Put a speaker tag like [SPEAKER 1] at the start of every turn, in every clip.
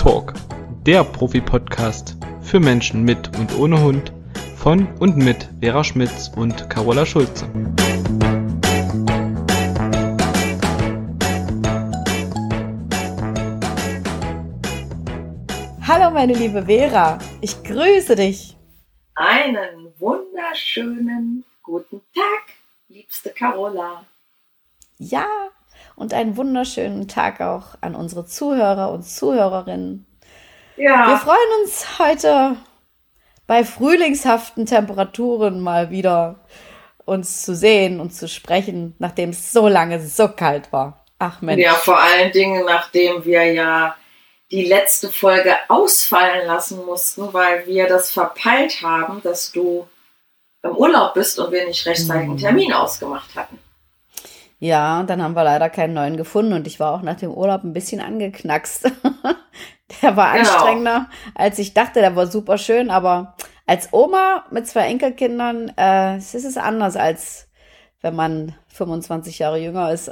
[SPEAKER 1] Talk, der Profi-Podcast für Menschen mit und ohne Hund von und mit Vera Schmitz und Carola Schulze.
[SPEAKER 2] Hallo meine liebe Vera, ich grüße dich.
[SPEAKER 3] Einen wunderschönen guten Tag, liebste Carola.
[SPEAKER 2] Ja, und einen wunderschönen Tag auch an unsere Zuhörer und Zuhörerinnen.
[SPEAKER 3] Ja.
[SPEAKER 2] Wir freuen uns heute bei frühlingshaften Temperaturen mal wieder uns zu sehen und zu sprechen, nachdem es so lange so kalt war. Ach Mensch.
[SPEAKER 3] Ja, vor allen Dingen, nachdem wir ja die letzte Folge ausfallen lassen mussten, weil wir das verpeilt haben, dass du im Urlaub bist und wir nicht rechtzeitig einen Termin ausgemacht hatten.
[SPEAKER 2] Ja, dann haben wir leider keinen neuen gefunden und ich war auch nach dem Urlaub ein bisschen angeknackst. Der war anstrengender, als ich dachte. Der war super schön, aber als Oma mit 2 Enkelkindern ist es anders, als wenn man 25 Jahre jünger ist.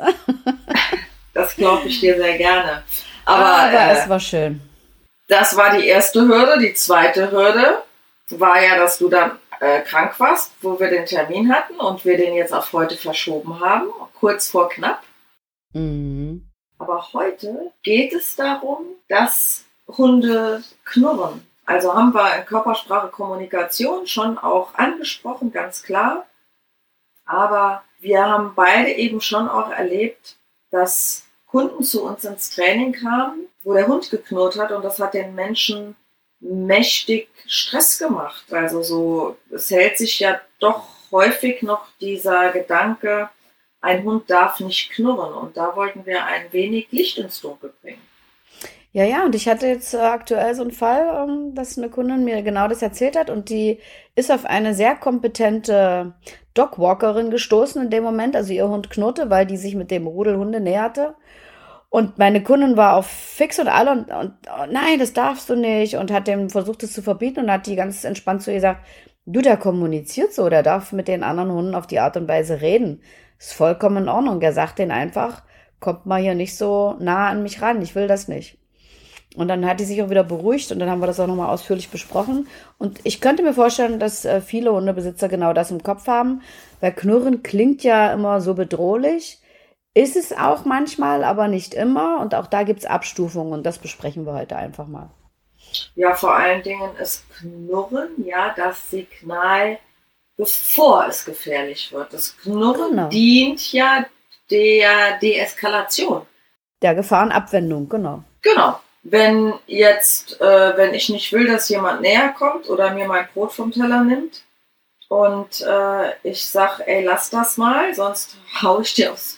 [SPEAKER 3] Das glaube ich dir sehr gerne.
[SPEAKER 2] Aber es war schön.
[SPEAKER 3] Das war die erste Hürde. Die zweite Hürde war ja, dass du dann krank warst, wo wir den Termin hatten und wir den jetzt auf heute verschoben haben, kurz vor knapp.
[SPEAKER 2] Mhm.
[SPEAKER 3] Aber heute geht es darum, dass Hunde knurren. Also haben wir in Körpersprache Kommunikation schon auch angesprochen, ganz klar. Aber wir haben beide eben schon auch erlebt, dass Kunden zu uns ins Training kamen, wo der Hund geknurrt hat und das hat den Menschen mächtig Stress gemacht. Also so, es hält sich ja doch häufig noch dieser Gedanke, ein Hund darf nicht knurren und da wollten wir ein wenig Licht ins Dunkel bringen.
[SPEAKER 2] Ja, und ich hatte jetzt aktuell so einen Fall, dass eine Kundin mir genau das erzählt hat und die ist auf eine sehr kompetente Dogwalkerin gestoßen in dem Moment. Also ihr Hund knurrte, weil die sich mit dem Rudel Hunde näherte. Und meine Kundin war auf fix und alle und nein, das darfst du nicht und hat dem versucht, es zu verbieten und hat die ganz entspannt zu ihr gesagt, du, der kommuniziert so, der darf mit den anderen Hunden auf die Art und Weise reden. Ist vollkommen in Ordnung. Der sagt denen einfach, kommt mal hier nicht so nah an mich ran, ich will das nicht. Und dann hat die sich auch wieder beruhigt und dann haben wir das auch nochmal ausführlich besprochen. Und ich könnte mir vorstellen, dass viele Hundebesitzer genau das im Kopf haben, weil Knurren klingt ja immer so bedrohlich. Ist es auch manchmal, aber nicht immer. Und auch da gibt es Abstufungen und das besprechen wir heute einfach mal.
[SPEAKER 3] Ja, vor allen Dingen ist Knurren ja das Signal, bevor es gefährlich wird. Das Knurren dient ja der Deeskalation.
[SPEAKER 2] Der Gefahrenabwendung, genau.
[SPEAKER 3] Genau. Wenn jetzt, wenn ich nicht will, dass jemand näher kommt oder mir mein Brot vom Teller nimmt und ich sag, ey, lass das mal, sonst hau ich dir aufs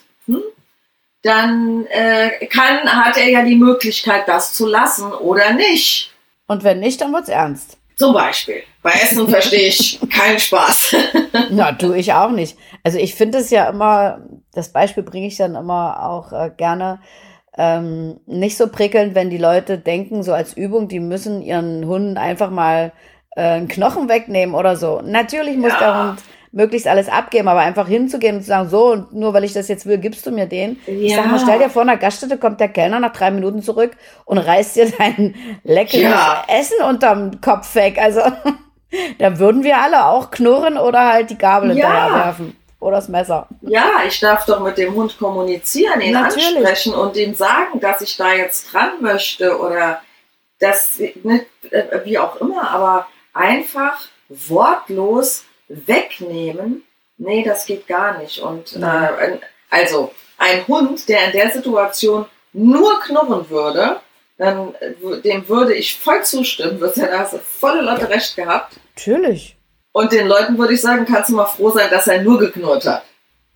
[SPEAKER 3] dann hat er ja die Möglichkeit, das zu lassen oder nicht.
[SPEAKER 2] Und wenn nicht, dann wird's ernst.
[SPEAKER 3] Zum Beispiel. Bei Essen verstehe ich keinen Spaß.
[SPEAKER 2] Na, tue ich auch nicht. Also ich finde es ja immer, das Beispiel bringe ich dann immer auch gerne, nicht so prickelnd, wenn die Leute denken, so als Übung, die müssen ihren Hunden einfach mal einen Knochen wegnehmen oder so. Natürlich muss der Hund möglichst alles abgeben, aber einfach hinzugehen und zu sagen, so, und nur weil ich das jetzt will, gibst du mir den. Ja. Ich sag mal, stell dir vor, in der Gaststätte kommt der Kellner nach 3 Minuten zurück und reißt dir dein leckeres Essen unterm Kopf weg. Also, da würden wir alle auch knurren oder halt die Gabel hinterher werfen. Oder das Messer.
[SPEAKER 3] Ja, ich darf doch mit dem Hund kommunizieren, ihn ansprechen und ihm sagen, dass ich da jetzt dran möchte oder das, wie auch immer, aber einfach wortlos wegnehmen, nee, das geht gar nicht. Und also ein Hund, der in der Situation nur knurren würde, dann dem würde ich voll zustimmen, da hast du volle Leute recht gehabt.
[SPEAKER 2] Natürlich.
[SPEAKER 3] Und den Leuten würde ich sagen, kannst du mal froh sein, dass er nur geknurrt hat.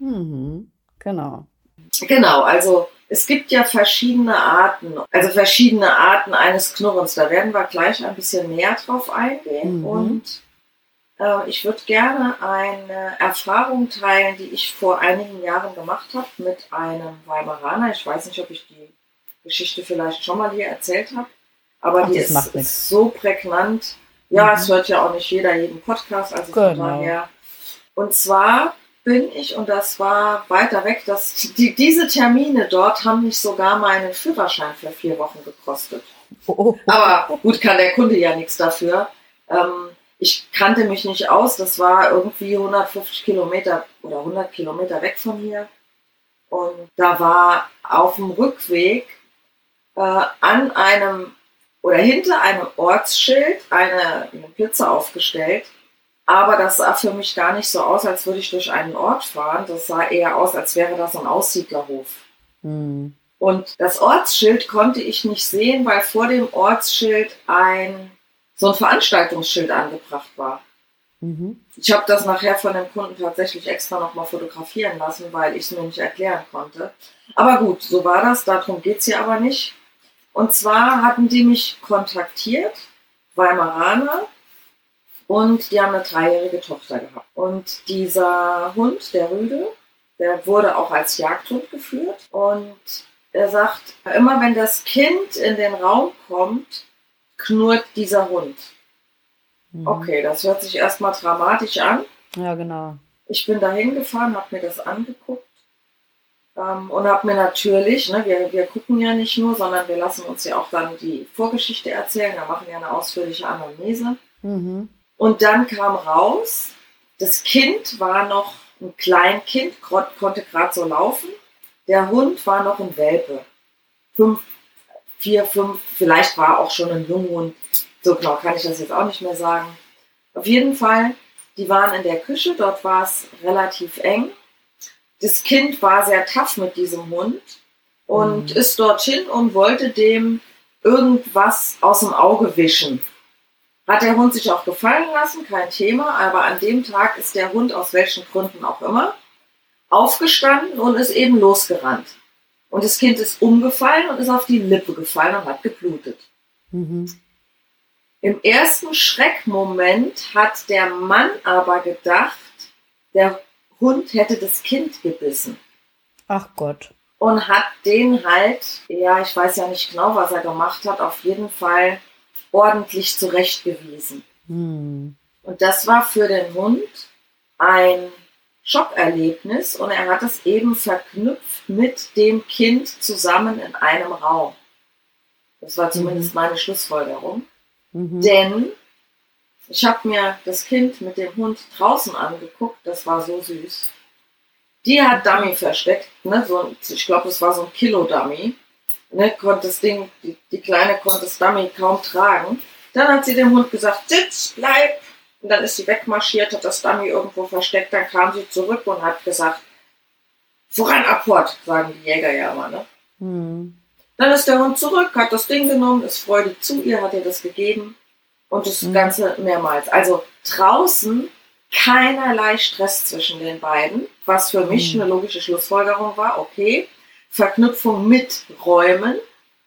[SPEAKER 2] Genau.
[SPEAKER 3] Genau, also es gibt ja verschiedene Arten eines Knurrens. Da werden wir gleich ein bisschen näher drauf eingehen. Und ich würde gerne eine Erfahrung teilen, die ich vor einigen Jahren gemacht habe mit einem Weimaraner. Ich weiß nicht, ob ich die Geschichte vielleicht schon mal hier erzählt habe, aber die ist so prägnant. Ja, es hört ja auch nicht jeder jeden Podcast, also von daher. Und zwar bin ich, und das war weiter weg, diese Termine dort haben mich sogar meinen Führerschein für 4 Wochen gekostet. Aber gut, kann der Kunde ja nichts dafür. Ich kannte mich nicht aus. Das war irgendwie 150 Kilometer oder 100 Kilometer weg von hier. Und da war auf dem Rückweg an einem oder hinter einem Ortsschild eine Pizza aufgestellt. Aber das sah für mich gar nicht so aus, als würde ich durch einen Ort fahren. Das sah eher aus, als wäre das ein Aussiedlerhof.
[SPEAKER 2] Mhm.
[SPEAKER 3] Und das Ortsschild konnte ich nicht sehen, weil vor dem Ortsschild so ein Veranstaltungsschild angebracht war.
[SPEAKER 2] Mhm.
[SPEAKER 3] Ich habe das nachher von dem Kunden tatsächlich extra nochmal fotografieren lassen, weil ich es mir nicht erklären konnte. Aber gut, so war das, darum geht es hier aber nicht. Und zwar hatten die mich kontaktiert, Weimaraner, und die haben eine 3-jährige Tochter gehabt. Und dieser Hund, der Rüde, der wurde auch als Jagdhund geführt. Und er sagt, immer wenn das Kind in den Raum kommt, knurrt dieser Hund. Okay, das hört sich erstmal dramatisch an.
[SPEAKER 2] Ja, genau.
[SPEAKER 3] Ich bin da hingefahren, habe mir das angeguckt und habe mir natürlich, ne, wir gucken ja nicht nur, sondern wir lassen uns ja auch dann die Vorgeschichte erzählen. Wir machen ja eine ausführliche Anamnese.
[SPEAKER 2] Mhm.
[SPEAKER 3] Und dann kam raus, das Kind war noch ein Kleinkind, konnte gerade so laufen. Der Hund war noch ein Welpe. 4, 5, vielleicht war auch schon ein Junghund. So genau kann ich das jetzt auch nicht mehr sagen. Auf jeden Fall, die waren in der Küche, dort war es relativ eng. Das Kind war sehr tough mit diesem Hund und ist dorthin und wollte dem irgendwas aus dem Auge wischen. Hat der Hund sich auch gefallen lassen, kein Thema, aber an dem Tag ist der Hund, aus welchen Gründen auch immer, aufgestanden und ist eben losgerannt. Und das Kind ist umgefallen und ist auf die Lippe gefallen und hat geblutet.
[SPEAKER 2] Mhm.
[SPEAKER 3] Im ersten Schreckmoment hat der Mann aber gedacht, der Hund hätte das Kind gebissen.
[SPEAKER 2] Ach Gott.
[SPEAKER 3] Und hat den halt, ja, ich weiß ja nicht genau, was er gemacht hat, auf jeden Fall ordentlich zurechtgewiesen.
[SPEAKER 2] Mhm.
[SPEAKER 3] Und das war für den Hund ein Schockerlebnis und er hat es eben verknüpft mit dem Kind zusammen in einem Raum. Das war zumindest meine Schlussfolgerung.
[SPEAKER 2] Mhm.
[SPEAKER 3] Denn ich habe mir das Kind mit dem Hund draußen angeguckt, das war so süß. Die hat Dummy versteckt, ne? Ich glaube, das war so ein Kilo-Dummy. Ne? Die Kleine konnte das Dummy kaum tragen. Dann hat sie dem Hund gesagt, sitz, bleib. Und dann ist sie wegmarschiert, hat das Dummy irgendwo versteckt, dann kam sie zurück und hat gesagt, voran, Apport, sagen die Jäger ja immer, ne?
[SPEAKER 2] Mhm.
[SPEAKER 3] Dann ist der Hund zurück, hat das Ding genommen, ist freudig zu ihr, hat ihr das gegeben und das Ganze mehrmals. Also draußen keinerlei Stress zwischen den beiden, was für mich eine logische Schlussfolgerung war, okay, Verknüpfung mit Räumen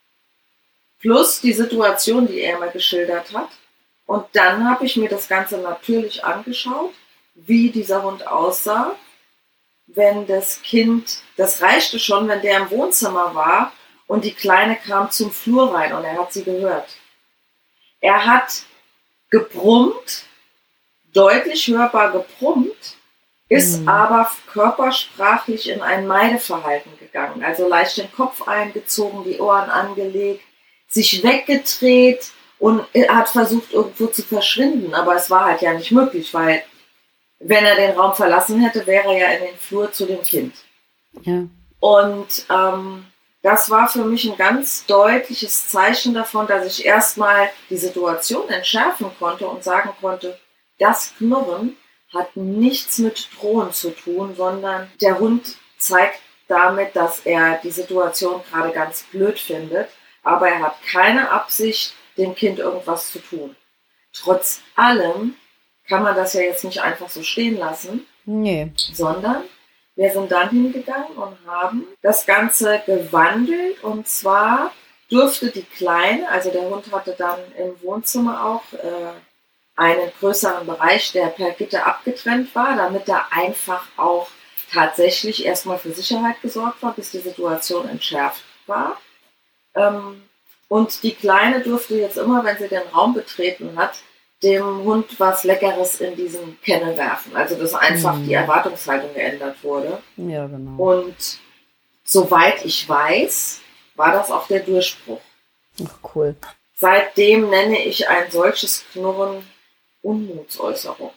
[SPEAKER 3] plus die Situation, die er mir geschildert hat. Und dann habe ich mir das Ganze natürlich angeschaut, wie dieser Hund aussah, wenn das Kind, das reichte schon, wenn der im Wohnzimmer war und die Kleine kam zum Flur rein und er hat sie gehört. Er hat gebrummt, deutlich hörbar gebrummt, ist aber körpersprachlich in ein Meideverhalten gegangen. Also leicht den Kopf eingezogen, die Ohren angelegt, sich weggedreht und er hat versucht, irgendwo zu verschwinden. Aber es war halt ja nicht möglich, weil wenn er den Raum verlassen hätte, wäre er ja in den Flur zu dem Kind.
[SPEAKER 2] Ja.
[SPEAKER 3] Und das war für mich ein ganz deutliches Zeichen davon, dass ich erstmal die Situation entschärfen konnte und sagen konnte, das Knurren hat nichts mit Drohen zu tun, sondern der Hund zeigt damit, dass er die Situation gerade ganz blöd findet, aber er hat keine Absicht, dem Kind irgendwas zu tun. Trotz allem kann man das ja jetzt nicht einfach so stehen lassen,
[SPEAKER 2] Nee.
[SPEAKER 3] sondern wir sind dann hingegangen und haben das Ganze gewandelt und zwar durfte die Kleine, also der Hund hatte dann im Wohnzimmer auch einen größeren Bereich, der per Gitter abgetrennt war, damit da einfach auch tatsächlich erstmal für Sicherheit gesorgt war, bis die Situation entschärft war. Und die Kleine durfte jetzt immer, wenn sie den Raum betreten hat, dem Hund was Leckeres in diesen Kennel werfen. Also dass einfach die Erwartungshaltung geändert wurde.
[SPEAKER 2] Ja, genau.
[SPEAKER 3] Und soweit ich weiß, war das auch der Durchbruch.
[SPEAKER 2] Ach, cool.
[SPEAKER 3] seitdem nenne ich ein solches Knurren Unmutsäußerung.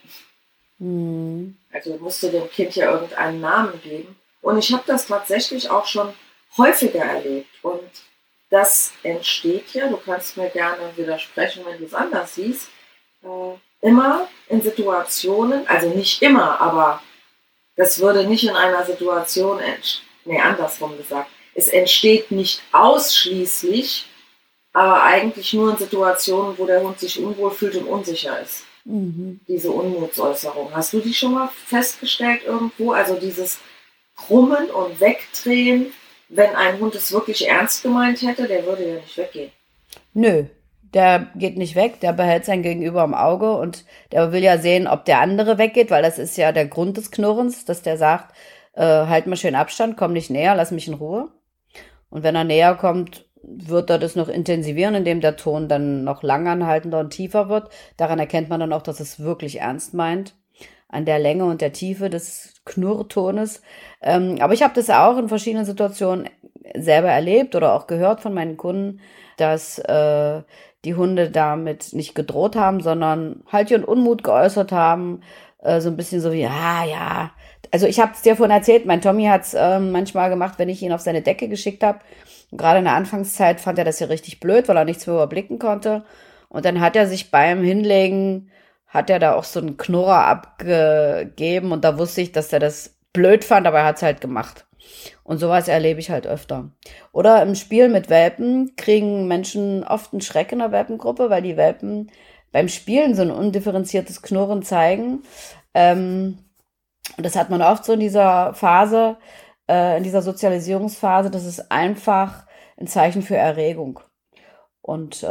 [SPEAKER 3] Also musste dem Kind ja irgendeinen Namen geben. Und ich habe das tatsächlich auch schon häufiger erlebt. Und das entsteht ja, du kannst mir gerne widersprechen, wenn du es anders siehst, immer in Situationen, also nicht immer, aber das würde nicht in einer Situation andersrum gesagt. Es entsteht nicht ausschließlich, aber eigentlich nur in Situationen, wo der Hund sich unwohl fühlt und unsicher ist. Diese Unmutsäußerung. Hast du die schon mal festgestellt irgendwo? Also dieses Krummen und Wegdrehen, wenn ein Hund es wirklich ernst gemeint hätte, der würde ja nicht weggehen.
[SPEAKER 2] Nö, der geht nicht weg, der behält sein Gegenüber im Auge und der will ja sehen, ob der andere weggeht, weil das ist ja der Grund des Knurrens, dass der sagt, halt mal schön Abstand, komm nicht näher, lass mich in Ruhe. Und wenn er näher kommt, wird er das noch intensivieren, indem der Ton dann noch langanhaltender und tiefer wird. Daran erkennt man dann auch, dass es wirklich ernst meint, an der Länge und der Tiefe des Knurrtones. Aber ich habe das auch in verschiedenen Situationen selber erlebt oder auch gehört von meinen Kunden, dass die Hunde damit nicht gedroht haben, sondern halt ihren Unmut geäußert haben, so ein bisschen so wie, ja. Also ich habe es dir vorhin erzählt, mein Tommy hat es manchmal gemacht, wenn ich ihn auf seine Decke geschickt habe. Gerade in der Anfangszeit fand er das ja richtig blöd, weil er nichts mehr überblicken konnte. Und dann hat er sich beim Hinlegen, hat er da auch so einen Knurrer abgegeben und da wusste ich, dass er das blöd fand, aber er hat es halt gemacht. Und sowas erlebe ich halt öfter. Oder im Spiel mit Welpen kriegen Menschen oft einen Schreck in der Welpengruppe, weil die Welpen beim Spielen so ein undifferenziertes Knurren zeigen. Und das hat man oft so in dieser Phase, in dieser Sozialisierungsphase, das ist einfach ein Zeichen für Erregung. Und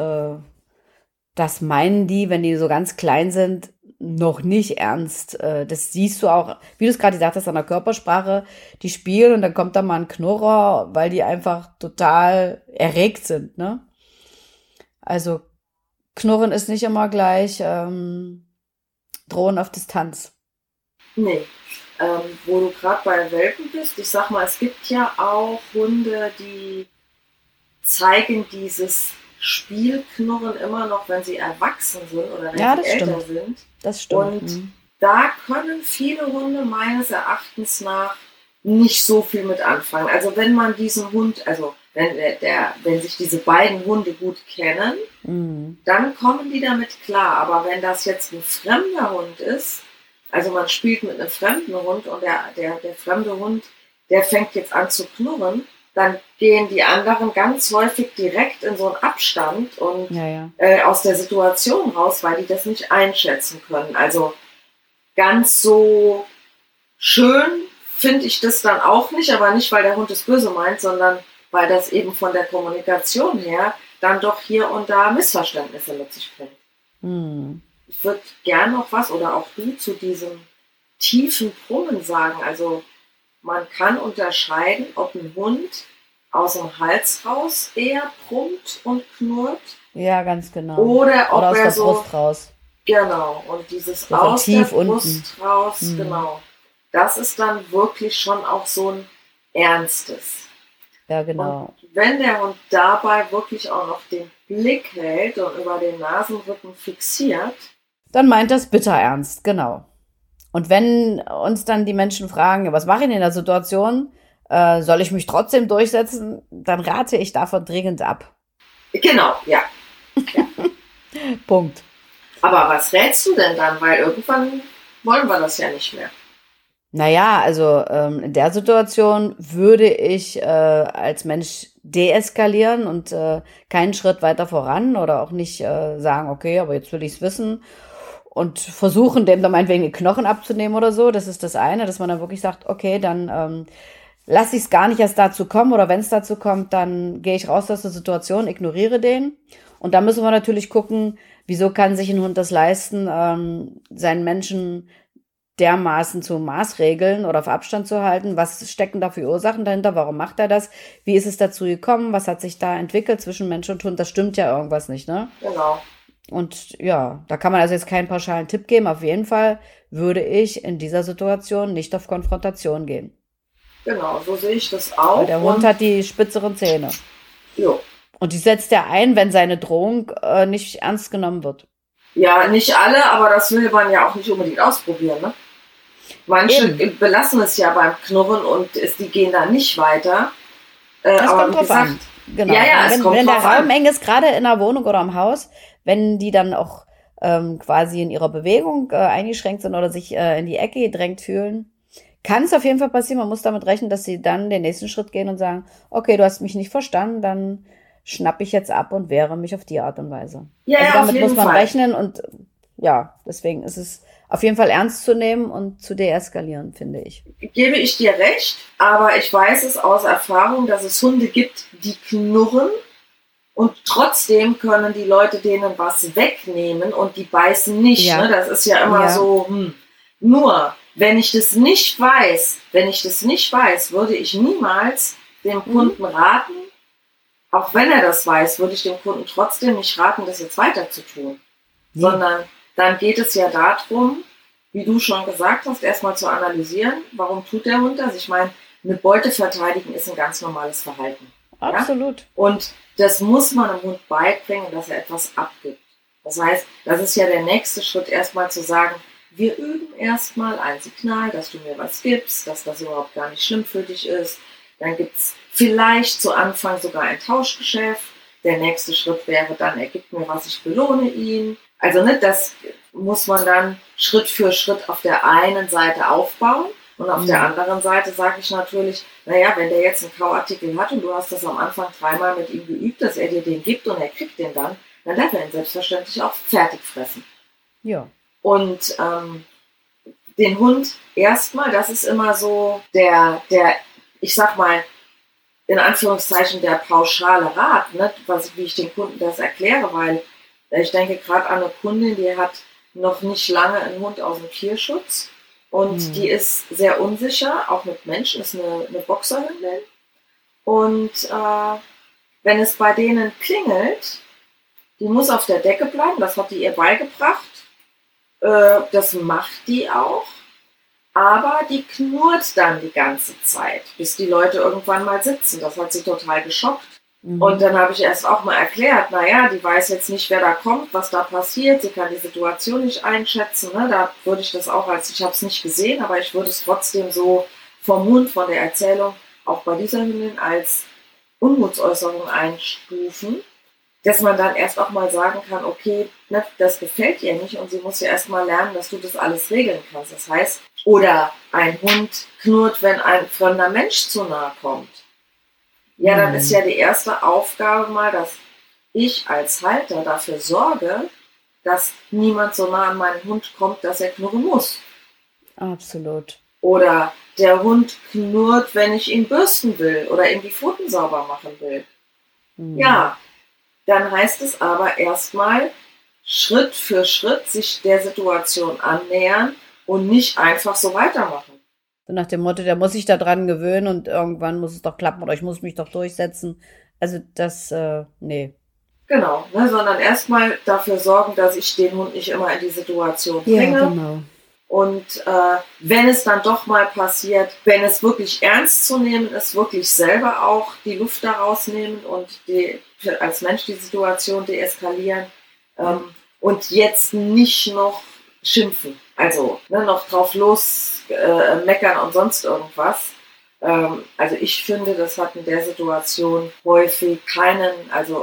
[SPEAKER 2] das meinen die, wenn die so ganz klein sind, noch nicht ernst. Das siehst du auch, wie du es gerade gesagt hast, an der Körpersprache. Die spielen und dann kommt da mal ein Knurrer, weil die einfach total erregt sind, ne? Also Knurren ist nicht immer gleich Drohen auf Distanz.
[SPEAKER 3] Nee. Wo du gerade bei Welpen bist, ich sag mal, es gibt ja auch Hunde, die zeigen dieses Spielknurren immer noch, wenn sie erwachsen sind oder wenn sie älter sind.
[SPEAKER 2] Das stimmt.
[SPEAKER 3] Und da können viele Hunde meines Erachtens nach nicht so viel mit anfangen. Also wenn man diesen Hund, also wenn sich diese beiden Hunde gut kennen, dann kommen die damit klar. Aber wenn das jetzt ein fremder Hund ist, also man spielt mit einem fremden Hund und der fremde Hund, der fängt jetzt an zu knurren, dann gehen die anderen ganz häufig direkt in so einen Abstand und aus der Situation raus, weil die das nicht einschätzen können. Also ganz so schön finde ich das dann auch nicht, aber nicht, weil der Hund es böse meint, sondern weil das eben von der Kommunikation her dann doch hier und da Missverständnisse mit sich bringt. Ich würde gern noch was, oder auch du, zu diesem tiefen Brummen sagen. Also man kann unterscheiden, ob ein Hund aus dem Hals raus eher brummt und knurrt.
[SPEAKER 2] Ja, ganz genau.
[SPEAKER 3] Oder ob
[SPEAKER 2] aus
[SPEAKER 3] er
[SPEAKER 2] der
[SPEAKER 3] so
[SPEAKER 2] Brust raus.
[SPEAKER 3] Genau, und dieses
[SPEAKER 2] so
[SPEAKER 3] aus
[SPEAKER 2] tief
[SPEAKER 3] der Brust raus, genau. Das ist dann wirklich schon auch so ein Ernstes.
[SPEAKER 2] Ja, genau.
[SPEAKER 3] Und wenn der Hund dabei wirklich auch noch den Blick hält und über den Nasenrücken fixiert,
[SPEAKER 2] dann meint das bitter ernst, genau. Und wenn uns dann die Menschen fragen, was mache ich in der Situation, soll ich mich trotzdem durchsetzen, dann rate ich davon dringend ab.
[SPEAKER 3] Genau, ja.
[SPEAKER 2] Punkt.
[SPEAKER 3] Aber was rätst du denn dann? Weil irgendwann wollen wir das ja nicht mehr.
[SPEAKER 2] Naja, also in der Situation würde ich als Mensch deeskalieren und keinen Schritt weiter voran oder auch nicht sagen, okay, aber jetzt will ich es wissen und versuchen, dem dann meinetwegen die Knochen abzunehmen oder so. Das ist das eine, dass man dann wirklich sagt, okay, dann lasse ich es gar nicht erst dazu kommen oder wenn es dazu kommt, dann gehe ich raus aus der Situation, ignoriere den. Und da müssen wir natürlich gucken, wieso kann sich ein Hund das leisten, seinen Menschen dermaßen zu maßregeln oder auf Abstand zu halten. Was stecken da für Ursachen dahinter? Warum macht er das? Wie ist es dazu gekommen? Was hat sich da entwickelt zwischen Mensch und Hund? Das stimmt ja irgendwas nicht, ne?
[SPEAKER 3] Genau.
[SPEAKER 2] Und ja, da kann man also jetzt keinen pauschalen Tipp geben. Auf jeden Fall würde ich in dieser Situation nicht auf Konfrontation gehen.
[SPEAKER 3] Genau, so sehe ich das auch.
[SPEAKER 2] Weil der Hund hat die spitzeren Zähne.
[SPEAKER 3] Jo.
[SPEAKER 2] Und die setzt er ein, wenn seine Drohung nicht ernst genommen wird.
[SPEAKER 3] Ja, nicht alle, aber das will man ja auch nicht unbedingt ausprobieren, ne? Manche belassen es ja beim Knurren und die gehen da nicht weiter.
[SPEAKER 2] Das
[SPEAKER 3] aber
[SPEAKER 2] kommt
[SPEAKER 3] wie
[SPEAKER 2] drauf
[SPEAKER 3] gesagt,
[SPEAKER 2] an. Genau.
[SPEAKER 3] Ja, es kommt
[SPEAKER 2] wenn der
[SPEAKER 3] drauf an.
[SPEAKER 2] Raum eng ist, gerade in der Wohnung oder im Haus, wenn die dann auch quasi in ihrer Bewegung eingeschränkt sind oder sich in die Ecke gedrängt fühlen, kann es auf jeden Fall passieren. Man muss damit rechnen, dass sie dann den nächsten Schritt gehen und sagen, okay, du hast mich nicht verstanden, dann schnappe ich jetzt ab und wehre mich auf die Art und Weise.
[SPEAKER 3] Ja,
[SPEAKER 2] also
[SPEAKER 3] ja, auf
[SPEAKER 2] damit
[SPEAKER 3] jeden
[SPEAKER 2] muss man
[SPEAKER 3] Fall.
[SPEAKER 2] rechnen und ja, deswegen ist es auf jeden Fall ernst zu nehmen und zu deeskalieren, finde ich.
[SPEAKER 3] Gebe ich dir recht, aber ich weiß es aus Erfahrung, dass es Hunde gibt, die knurren und trotzdem können die Leute denen was wegnehmen und die beißen nicht.
[SPEAKER 2] Ja.
[SPEAKER 3] Ne? Das ist ja immer so, Nur, wenn ich das nicht weiß, würde ich niemals dem Kunden raten, auch wenn er das weiß, würde ich dem Kunden trotzdem nicht raten, das jetzt weiter zu tun. Sondern dann geht es ja darum, wie du schon gesagt hast, erstmal zu analysieren, warum tut der Hund das? Ich meine, eine Beute verteidigen ist ein ganz normales Verhalten.
[SPEAKER 2] Absolut.
[SPEAKER 3] Ja? Und das muss man dem Hund beibringen, dass er etwas abgibt. Das heißt, das ist ja der nächste Schritt, erstmal zu sagen, wir üben erstmal ein Signal, dass du mir was gibst, dass das überhaupt gar nicht schlimm für dich ist. Dann gibt es vielleicht zu Anfang sogar ein Tauschgeschäft. Der nächste Schritt wäre dann, er gibt mir was, ich belohne ihn. Also das muss man dann Schritt für Schritt auf der einen Seite aufbauen. Und auf der anderen Seite sage ich natürlich, naja, wenn der jetzt einen Kauartikel hat und du hast das am Anfang 3-mal mit ihm geübt, dass er dir den gibt und er kriegt den dann darf er ihn selbstverständlich auch fertig fressen.
[SPEAKER 2] Ja.
[SPEAKER 3] Und den Hund erstmal, das ist immer so der, ich sag mal, in Anführungszeichen der pauschale Rat, ne, wie ich den Kunden das erkläre, weil ich denke gerade an eine Kundin, die hat noch nicht lange einen Hund aus dem Tierschutz und die ist sehr unsicher, auch mit Menschen, ist eine Boxerhündin. Und wenn es bei denen klingelt, die muss auf der Decke bleiben, das hat die ihr beigebracht. Das macht die auch. Aber die knurrt dann die ganze Zeit, bis die Leute irgendwann mal sitzen. Das hat sie total geschockt. Und dann habe ich erst auch mal erklärt, naja, die weiß jetzt nicht, wer da kommt, was da passiert. Sie kann die Situation nicht einschätzen. Ne? Da würde ich das auch ich habe es nicht gesehen, aber ich würde es trotzdem so vom Hund, von der Erzählung, auch bei dieser Hündin als Unmutsäußerung einstufen, dass man dann erst auch mal sagen kann, okay, ne, das gefällt ihr nicht und sie muss ja erst mal lernen, dass du das alles regeln kannst. Das heißt, oder ein Hund knurrt, wenn ein fremder Mensch zu nahe kommt. Ja, dann ist ja die erste Aufgabe mal, dass ich als Halter dafür sorge, dass niemand so nah an meinen Hund kommt, dass er knurren muss.
[SPEAKER 2] Absolut.
[SPEAKER 3] Oder der Hund knurrt, wenn ich ihn bürsten will oder ihm die Pfoten sauber machen will. Ja, dann heißt es aber erstmal Schritt für Schritt sich der Situation annähern und nicht einfach so weitermachen.
[SPEAKER 2] So nach dem Motto, der muss sich da dran gewöhnen und irgendwann muss es doch klappen oder ich muss mich doch durchsetzen. Also das, nee.
[SPEAKER 3] Genau, ne, sondern erstmal dafür sorgen, dass ich den Hund nicht immer in die Situation bringe.
[SPEAKER 2] Ja, genau.
[SPEAKER 3] Und wenn es dann doch mal passiert, wenn es wirklich ernst zu nehmen ist, wirklich selber auch die Luft da rausnehmen und als Mensch die Situation deeskalieren und jetzt nicht noch schimpfen. Also noch drauf los meckern und sonst irgendwas. Also ich finde, das hat in der Situation häufig keine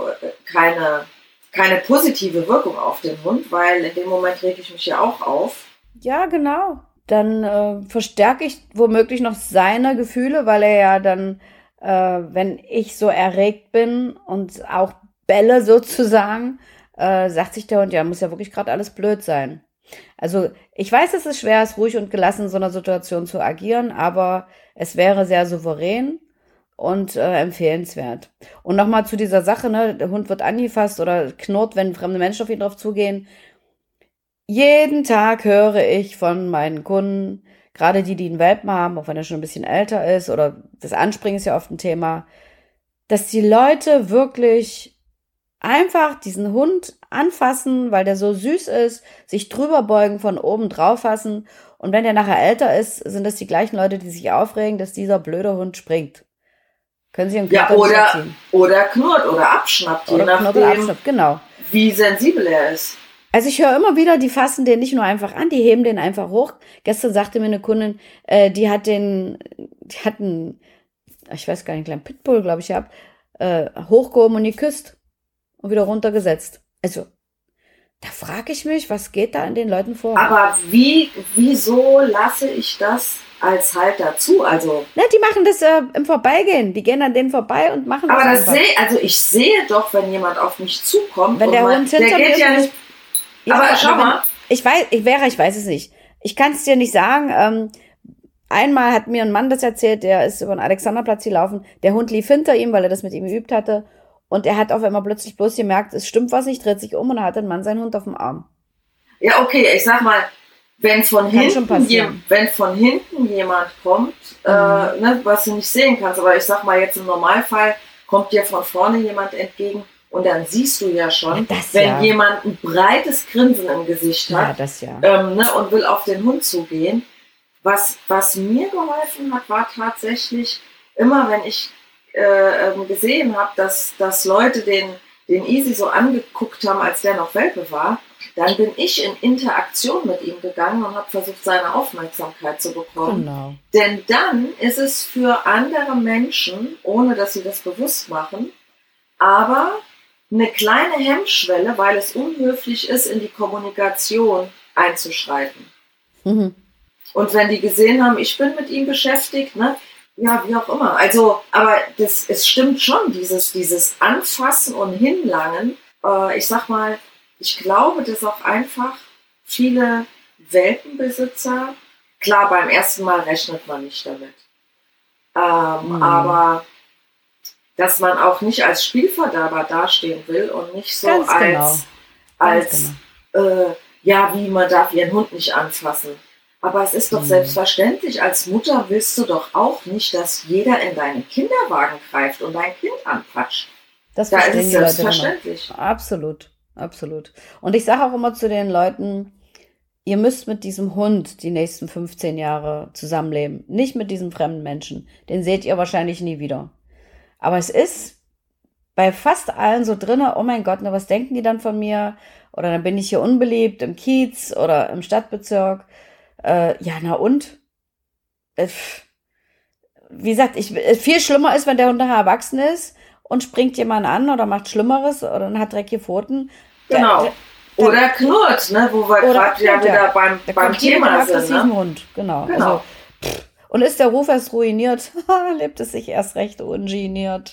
[SPEAKER 3] positive Wirkung auf den Hund, weil in dem Moment rege ich mich ja auch auf.
[SPEAKER 2] Ja, genau. Dann verstärke ich womöglich noch seine Gefühle, weil er ja dann, wenn ich so erregt bin und auch bälle sozusagen, sagt sich der Hund, ja, muss ja wirklich gerade alles blöd sein. Also ich weiß, es ist schwer, es ruhig und gelassen in so einer Situation zu agieren, aber es wäre sehr souverän und empfehlenswert. Und nochmal zu dieser Sache, ne, der Hund wird angefasst oder knurrt, wenn fremde Menschen auf ihn drauf zugehen. Jeden Tag höre ich von meinen Kunden, gerade die einen Welpen haben, auch wenn er schon ein bisschen älter ist oder das Anspringen ist ja oft ein Thema, dass die Leute wirklich einfach diesen Hund anfassen, weil der so süß ist, sich drüber beugen, von oben drauf fassen und wenn der nachher älter ist, sind das die gleichen Leute, die sich aufregen, dass dieser blöde Hund springt. Können Sie einen
[SPEAKER 3] Ja,
[SPEAKER 2] Köter nicht erziehen.
[SPEAKER 3] oder knurrt oder abschnappt, je
[SPEAKER 2] Oder knurrt oder
[SPEAKER 3] nachdem,
[SPEAKER 2] abschnappt, genau.
[SPEAKER 3] wie sensibel er ist.
[SPEAKER 2] Also ich höre immer wieder, die fassen den nicht nur einfach an, die heben den einfach hoch. Gestern sagte mir eine Kundin, die hat einen, ich weiß gar nicht, einen kleinen Pitbull, glaube ich, gehabt, hochgehoben und geküsst und wieder runtergesetzt. Also, da frage ich mich, was geht da in den Leuten vor?
[SPEAKER 3] Aber wieso lasse ich das als Halter zu? Also,
[SPEAKER 2] Na, die machen das im Vorbeigehen. Die gehen an denen vorbei und machen
[SPEAKER 3] aber
[SPEAKER 2] das einfach.
[SPEAKER 3] ich sehe doch, wenn jemand auf mich zukommt,
[SPEAKER 2] Wenn der Hund hinter
[SPEAKER 3] der
[SPEAKER 2] mir
[SPEAKER 3] geht ja
[SPEAKER 2] ist,
[SPEAKER 3] nicht.
[SPEAKER 2] Ja,
[SPEAKER 3] Aber schau mal.
[SPEAKER 2] Ich weiß es nicht. Ich kann es dir nicht sagen. Einmal hat mir ein Mann das erzählt, der ist über den Alexanderplatz gelaufen. Der Hund lief hinter ihm, weil er das mit ihm geübt hatte. Und er hat auf einmal plötzlich bloß gemerkt, es stimmt was nicht, dreht sich um und da hat ein Mann seinen Hund auf dem Arm.
[SPEAKER 3] Ja, okay, ich sag mal, wenn von hinten jemand kommt, was du nicht sehen kannst, aber ich sag mal jetzt im Normalfall kommt dir von vorne jemand entgegen und dann siehst du ja schon, wenn jemand ein breites Grinsen im Gesicht hat und will auf den Hund zugehen. Was mir geholfen hat, war tatsächlich immer, wenn ich gesehen habe, dass Leute den Easy so angeguckt haben, als der noch Welpe war, dann bin ich in Interaktion mit ihm gegangen und habe versucht, seine Aufmerksamkeit zu bekommen.
[SPEAKER 2] Genau.
[SPEAKER 3] Denn dann ist es für andere Menschen, ohne dass sie das bewusst machen, aber eine kleine Hemmschwelle, weil es unhöflich ist, in die Kommunikation einzuschreiten.
[SPEAKER 2] Mhm.
[SPEAKER 3] Und wenn die gesehen haben, ich bin mit ihm beschäftigt, ne? Ja, wie auch immer. Also, aber es stimmt schon, dieses Anfassen und Hinlangen. Ich sag mal, ich glaube, dass auch einfach viele Welpenbesitzer, klar, beim ersten Mal rechnet man nicht damit. Aber dass man auch nicht als Spielverderber dastehen will und nicht so wie man darf ihren Hund nicht anfassen. Aber es ist doch selbstverständlich, als Mutter willst du doch auch nicht, dass jeder in deinen Kinderwagen greift und dein Kind anpatscht.
[SPEAKER 2] Das
[SPEAKER 3] da
[SPEAKER 2] verstehen
[SPEAKER 3] ist es
[SPEAKER 2] die Leute
[SPEAKER 3] selbstverständlich.
[SPEAKER 2] Absolut, absolut. Und ich sage auch immer zu den Leuten, ihr müsst mit diesem Hund die nächsten 15 Jahre zusammenleben. Nicht mit diesem fremden Menschen. Den seht ihr wahrscheinlich nie wieder. Aber es ist bei fast allen so drinne, oh mein Gott, was denken die dann von mir? Oder dann bin ich hier unbeliebt im Kiez oder im Stadtbezirk. Wie gesagt, viel schlimmer ist, wenn der Hund nachher erwachsen ist und springt jemand an oder macht Schlimmeres oder dann hat dreckige Pfoten.
[SPEAKER 3] Genau. Oder knurrt, ne? Wo wir gerade ja wieder beim Thema sind. Ne?
[SPEAKER 2] Hund. Genau. Also, und ist der Ruf erst ruiniert, lebt es sich erst recht ungeniert.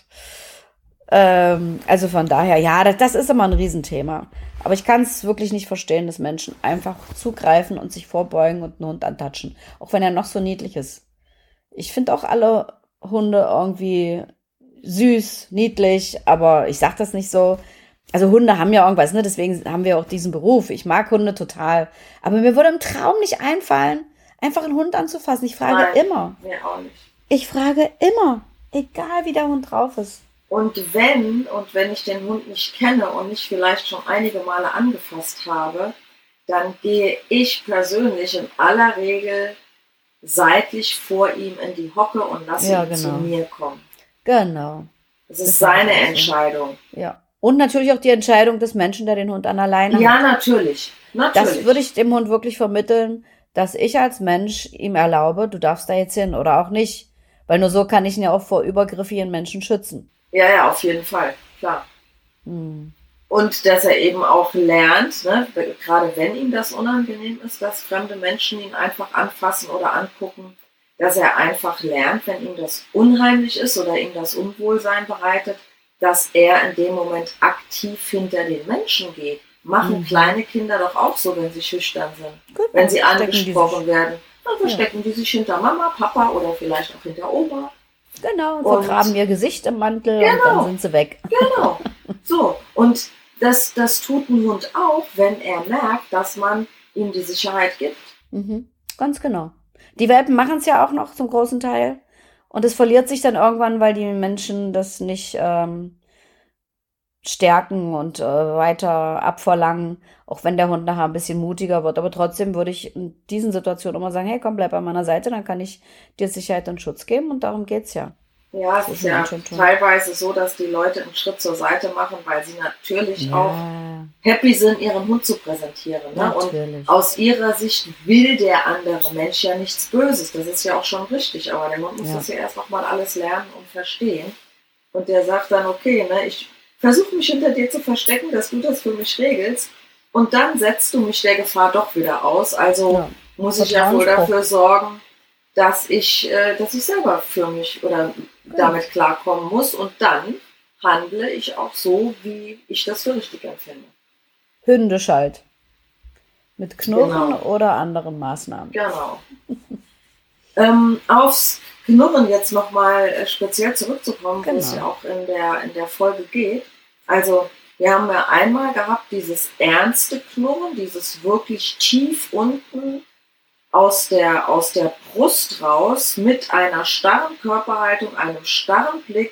[SPEAKER 2] Also von daher, ja, das ist immer ein Riesenthema. Aber ich kann es wirklich nicht verstehen, dass Menschen einfach zugreifen und sich vorbeugen und einen Hund antatschen. Auch wenn er noch so niedlich ist. Ich finde auch alle Hunde irgendwie süß, niedlich, aber ich sag das nicht so. Also Hunde haben ja irgendwas, ne? Deswegen haben wir auch diesen Beruf. Ich mag Hunde total. Aber mir würde im Traum nicht einfallen, einfach einen Hund anzufassen. Ich frage immer.
[SPEAKER 3] Mir auch nicht.
[SPEAKER 2] Ich frage immer, egal wie der Hund drauf ist.
[SPEAKER 3] Und wenn ich den Hund nicht kenne und nicht vielleicht schon einige Male angefasst habe, dann gehe ich persönlich in aller Regel seitlich vor ihm in die Hocke und lasse ihn zu mir kommen.
[SPEAKER 2] Genau.
[SPEAKER 3] Das ist seine Entscheidung.
[SPEAKER 2] Ja. Und natürlich auch die Entscheidung des Menschen, der den Hund an alleine hat.
[SPEAKER 3] Ja, natürlich.
[SPEAKER 2] Das würde ich dem Hund wirklich vermitteln, dass ich als Mensch ihm erlaube, du darfst da jetzt hin oder auch nicht. Weil nur so kann ich ihn ja auch vor übergriffigen Menschen schützen.
[SPEAKER 3] Ja, auf jeden Fall, klar. Und dass er eben auch lernt, ne, gerade wenn ihm das unangenehm ist, dass fremde Menschen ihn einfach anfassen oder angucken, dass er einfach lernt, wenn ihm das unheimlich ist oder ihm das Unwohlsein bereitet, dass er in dem Moment aktiv hinter den Menschen geht. Machen kleine Kinder doch auch so, wenn sie schüchtern sind. Gut, wenn sie angesprochen werden, dann verstecken die sich hinter Mama, Papa oder vielleicht auch hinter Oma.
[SPEAKER 2] Genau, und vergraben ihr Gesicht im Mantel und dann sind sie weg.
[SPEAKER 3] Genau, so. Und das tut ein Hund auch, wenn er merkt, dass man ihm die Sicherheit gibt.
[SPEAKER 2] Ganz genau. Die Welpen machen es ja auch noch zum großen Teil. Und es verliert sich dann irgendwann, weil die Menschen das nicht stärken und weiter abverlangen, auch wenn der Hund nachher ein bisschen mutiger wird. Aber trotzdem würde ich in diesen Situationen immer sagen, hey, komm, bleib an meiner Seite, dann kann ich dir Sicherheit und Schutz geben und darum geht's ja.
[SPEAKER 3] Ja, es
[SPEAKER 2] Das
[SPEAKER 3] ist
[SPEAKER 2] ist ein
[SPEAKER 3] ja
[SPEAKER 2] Anschubton.
[SPEAKER 3] teilweise so, dass die Leute einen Schritt zur Seite machen, weil sie natürlich auch
[SPEAKER 2] Ja,
[SPEAKER 3] happy sind, ihren Hund zu präsentieren. Ne? Und
[SPEAKER 2] natürlich.
[SPEAKER 3] aus ihrer Sicht will der andere Mensch ja nichts Böses. Das ist ja auch schon richtig. Aber der Hund muss
[SPEAKER 2] Ja.
[SPEAKER 3] das ja erst noch mal alles lernen und verstehen. Und der sagt dann, okay, ne, ich versuche mich hinter dir zu verstecken, dass du das für mich regelst. Und dann setzt du mich der Gefahr doch wieder aus. Also
[SPEAKER 2] Ja.
[SPEAKER 3] muss ich ja wohl
[SPEAKER 2] Vertrauensbruch.
[SPEAKER 3] dafür sorgen, dass ich selber für mich oder damit klarkommen muss. Und dann handle ich auch so, wie ich das für richtig empfinde.
[SPEAKER 2] Hündisch halt. Mit Knurren
[SPEAKER 3] Genau.
[SPEAKER 2] oder anderen Maßnahmen.
[SPEAKER 3] Genau. Aufs Knurren jetzt nochmal speziell zurückzukommen, wo es ja
[SPEAKER 2] Genau.
[SPEAKER 3] auch in der Folge geht. Also wir haben ja einmal gehabt dieses ernste Knurren, dieses wirklich tief unten aus der Brust raus mit einer starren Körperhaltung, einem starren Blick.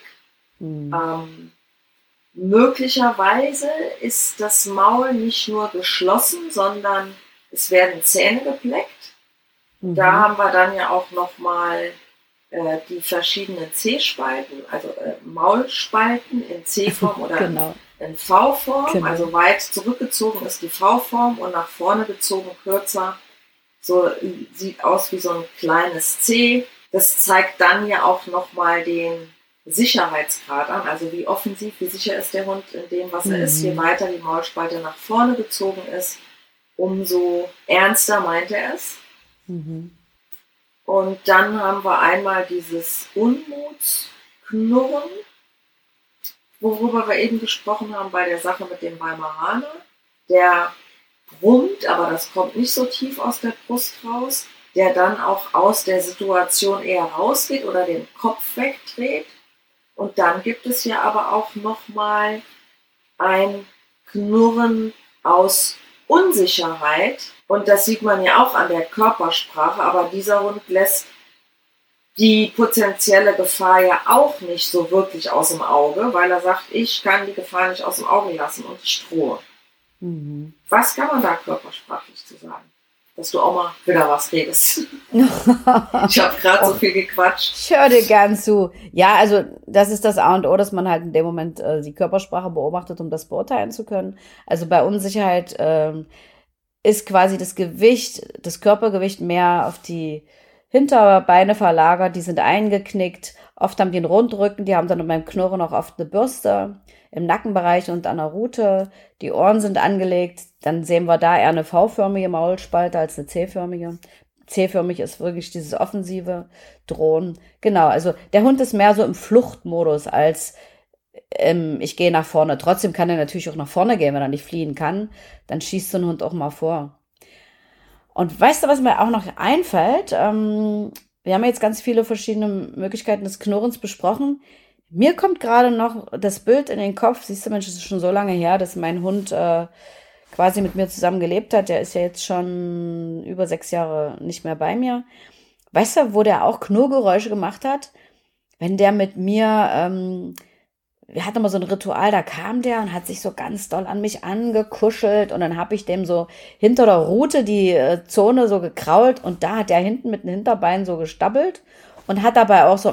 [SPEAKER 3] Möglicherweise ist das Maul nicht nur geschlossen, sondern es werden Zähne gebleckt. Da haben wir dann ja auch nochmal die verschiedenen C-Spalten, also Maulspalten in C-Form oder
[SPEAKER 2] Genau.
[SPEAKER 3] in V-Form.
[SPEAKER 2] Genau.
[SPEAKER 3] Also weit zurückgezogen ist die V-Form und nach vorne gezogen kürzer. So sieht aus wie so ein kleines C. Das zeigt dann ja auch nochmal den Sicherheitsgrad an, also wie offensiv, wie sicher ist der Hund in dem, was er ist. Je weiter die Maulspalte nach vorne gezogen ist, umso ernster meint er es. Und dann haben wir einmal dieses Unmutsknurren, worüber wir eben gesprochen haben bei der Sache mit dem Weimaraner. Der brummt, aber das kommt nicht so tief aus der Brust raus, der dann auch aus der Situation eher rausgeht oder den Kopf wegdreht. Und dann gibt es ja aber auch nochmal ein Knurren aus Unsicherheit. Und das sieht man ja auch an der Körpersprache. Aber dieser Hund lässt die potenzielle Gefahr ja auch nicht so wirklich aus dem Auge, weil er sagt, ich kann die Gefahr nicht aus dem Auge lassen und ich drohe. Was kann man da körpersprachlich zu sagen? Dass du auch mal wieder was redest. Ich habe gerade so viel gequatscht.
[SPEAKER 2] Ich höre dir gern zu. Ja, also das ist das A und O, dass man halt in dem Moment die Körpersprache beobachtet, um das beurteilen zu können. Also bei Unsicherheit ist quasi das Gewicht, das Körpergewicht mehr auf die Hinterbeine verlagert, die sind eingeknickt. Oft haben die einen Rundrücken, die haben dann beim Knurren auch oft eine Bürste im Nackenbereich und an der Rute. Die Ohren sind angelegt. Dann sehen wir da eher eine V-förmige Maulspalte als eine C-förmige. C-förmig ist wirklich dieses offensive Drohen. Genau, also der Hund ist mehr so im Fluchtmodus als ich gehe nach vorne. Trotzdem kann er natürlich auch nach vorne gehen, wenn er nicht fliehen kann. Dann schießt so ein Hund auch mal vor. Und weißt du, was mir auch noch einfällt? Wir haben jetzt ganz viele verschiedene Möglichkeiten des Knurrens besprochen. Mir kommt gerade noch das Bild in den Kopf. Siehst du, Mensch, es ist schon so lange her, dass mein Hund quasi mit mir zusammen gelebt hat. Der ist ja jetzt schon über 6 Jahre nicht mehr bei mir. Weißt du, wo der auch Knurrgeräusche gemacht hat? Wenn der mit mir, wir hatten immer so ein Ritual, da kam der und hat sich so ganz doll an mich angekuschelt und dann habe ich dem so hinter der Rute die Zone so gekrault und da hat der hinten mit dem Hinterbein so gestabbelt und hat dabei auch so,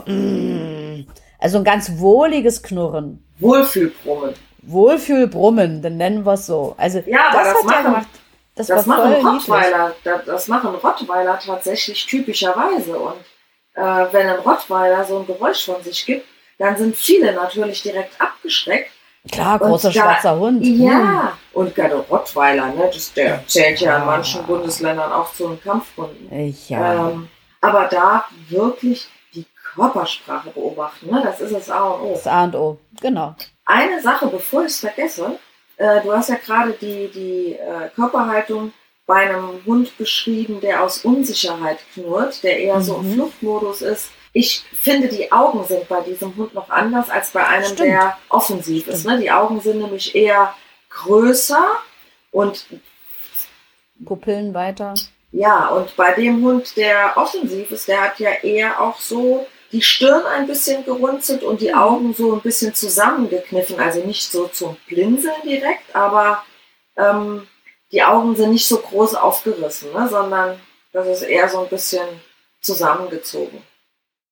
[SPEAKER 2] also ein ganz wohliges Knurren.
[SPEAKER 3] Wohlfühlbrummen.
[SPEAKER 2] Wohlfühlbrummen, dann nennen wir es so. Also
[SPEAKER 3] ja, aber das
[SPEAKER 2] hat
[SPEAKER 3] machen,
[SPEAKER 2] er gemacht. Das
[SPEAKER 3] machen
[SPEAKER 2] war voll
[SPEAKER 3] Rottweiler. Das machen Rottweiler tatsächlich typischerweise. Und wenn ein Rottweiler so ein Geräusch von sich gibt, dann sind viele natürlich direkt abgeschreckt.
[SPEAKER 2] Klar, großer schwarzer Hund.
[SPEAKER 3] Ja, und gerade Rottweiler, ne, der zählt ja in manchen Bundesländern auch zu den Kampfhunden.
[SPEAKER 2] Ja.
[SPEAKER 3] Aber da wirklich die Körpersprache beobachten, ne, das ist das A und O.
[SPEAKER 2] Das A und O, genau.
[SPEAKER 3] Eine Sache, bevor ich es vergesse, du hast ja gerade die Körperhaltung bei einem Hund beschrieben, der aus Unsicherheit knurrt, der eher so im Fluchtmodus ist. Ich finde, die Augen sind bei diesem Hund noch anders als bei einem, der offensiv ist. Ne? Die Augen sind nämlich eher größer und
[SPEAKER 2] Pupillen weiter.
[SPEAKER 3] Ja, und bei dem Hund, der offensiv ist, der hat ja eher auch so die Stirn ein bisschen gerunzelt und die Augen so ein bisschen zusammengekniffen. Also nicht so zum Blinzeln direkt, aber die Augen sind nicht so groß aufgerissen, ne? Sondern das ist eher so ein bisschen zusammengezogen.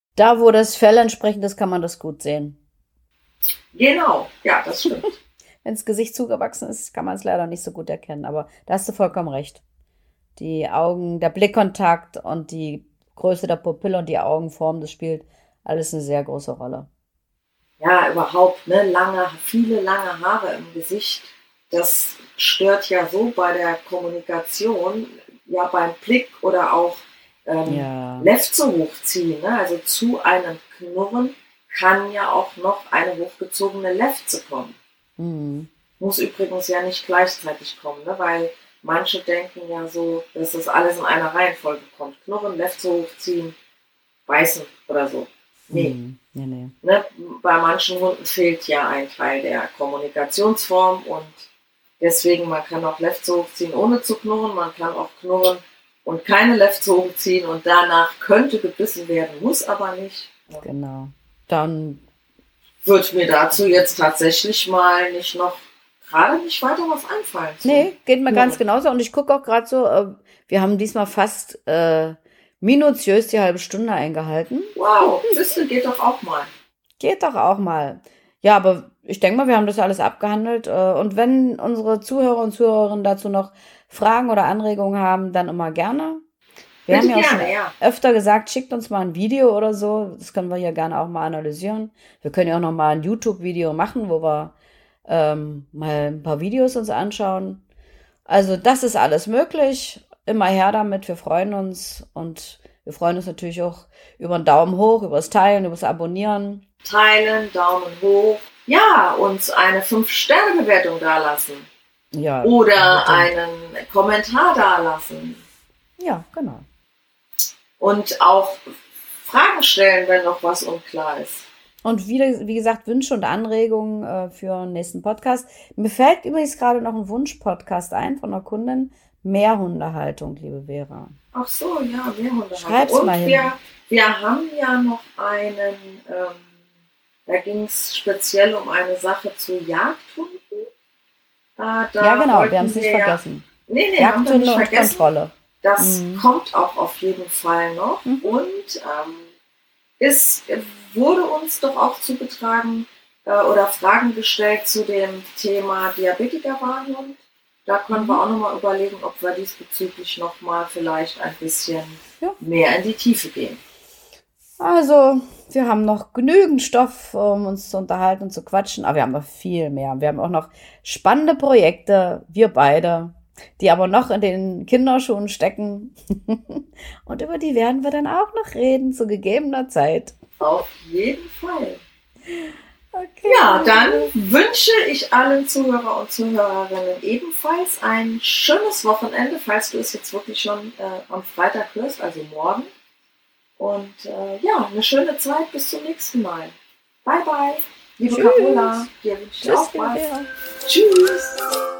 [SPEAKER 2] Da, wo das Fell entsprechend ist, kann man das gut sehen.
[SPEAKER 3] Genau, ja, das stimmt.
[SPEAKER 2] Wenn das Gesicht zugewachsen ist, kann man es leider nicht so gut erkennen. Aber da hast du vollkommen recht. Die Augen, der Blickkontakt und die Größe der Pupille und die Augenform, das spielt alles eine sehr große Rolle.
[SPEAKER 3] Ja, überhaupt, ne, viele lange Haare im Gesicht, das stört ja so bei der Kommunikation, ja beim Blick oder auch Lefze hochziehen, ne? Also zu einem Knurren kann ja auch noch eine hochgezogene Lefze kommen.
[SPEAKER 2] Mhm.
[SPEAKER 3] Muss übrigens ja nicht gleichzeitig kommen, ne? Weil manche denken ja so, dass das alles in einer Reihenfolge kommt. Knurren, Lefze hochziehen, beißen oder so. Nee.
[SPEAKER 2] Nee.
[SPEAKER 3] Ne? Bei manchen Hunden fehlt ja ein Teil der Kommunikationsform und deswegen, man kann auch Lefze hochziehen, ohne zu knurren, man kann auch knurren und keine Lefze hochziehen und danach könnte gebissen werden, muss aber nicht.
[SPEAKER 2] Genau. Dann
[SPEAKER 3] wird mir dazu jetzt tatsächlich mal nicht weiter was einfallen.
[SPEAKER 2] Nee, geht mir ganz genauso. Und ich gucke auch gerade so, wir haben diesmal fast minutiös die halbe Stunde eingehalten.
[SPEAKER 3] Wow, siehste, geht doch auch mal.
[SPEAKER 2] Geht doch auch mal. Ja, aber ich denke mal, wir haben das alles abgehandelt. Und wenn unsere Zuhörer und Zuhörerinnen dazu noch Fragen oder Anregungen haben, dann immer gerne. Wir haben ja auch schon öfter gesagt, schickt uns mal ein Video oder so. Das können wir hier gerne auch mal analysieren. Wir können ja auch noch mal ein YouTube-Video machen, wo wir mal ein paar Videos uns anschauen. Also das ist alles möglich. Immer her damit. Wir freuen uns. Und wir freuen uns natürlich auch über einen Daumen hoch, über das Teilen, über das Abonnieren.
[SPEAKER 3] Teilen, Daumen hoch. Ja, uns eine 5-Sterne-Bewertung dalassen.
[SPEAKER 2] Ja.
[SPEAKER 3] Oder einen Kommentar dalassen.
[SPEAKER 2] Ja, genau.
[SPEAKER 3] Und auch Fragen stellen, wenn noch was unklar ist.
[SPEAKER 2] Und wie gesagt, Wünsche und Anregungen für den nächsten Podcast. Mir fällt übrigens gerade noch ein Wunsch-Podcast ein von einer Kundin. Mehrhundehaltung, liebe Vera.
[SPEAKER 3] Ach so, ja, Mehrhundehaltung.
[SPEAKER 2] Schreib's
[SPEAKER 3] und
[SPEAKER 2] mal hin.
[SPEAKER 3] Wir haben ja noch einen, da ging es speziell um eine Sache zu Jagdhunden.
[SPEAKER 2] Ja, genau, wir haben es nicht vergessen.
[SPEAKER 3] Nee, haben wir nicht vergessen. Kontrolle. Das kommt auch auf jeden Fall noch. Und es wurde uns doch auch zugetragen oder Fragen gestellt zu dem Thema Diabetiker-Warnhund. Da können wir auch nochmal überlegen, ob wir diesbezüglich nochmal vielleicht ein bisschen mehr in die Tiefe gehen.
[SPEAKER 2] Also, wir haben noch genügend Stoff, um uns zu unterhalten und zu quatschen, aber wir haben noch viel mehr. Wir haben auch noch spannende Projekte, wir beide, die aber noch in den Kinderschuhen stecken. Und über die werden wir dann auch noch reden, zu gegebener Zeit.
[SPEAKER 3] Auf jeden Fall.
[SPEAKER 2] Okay.
[SPEAKER 3] Ja, dann wünsche ich allen Zuhörer und Zuhörerinnen ebenfalls ein schönes Wochenende, falls du es jetzt wirklich schon am Freitag hörst, also morgen. Und eine schöne Zeit bis zum nächsten Mal. Bye, bye. Liebe Carola, dir wünsche ich auch was. Tschüss.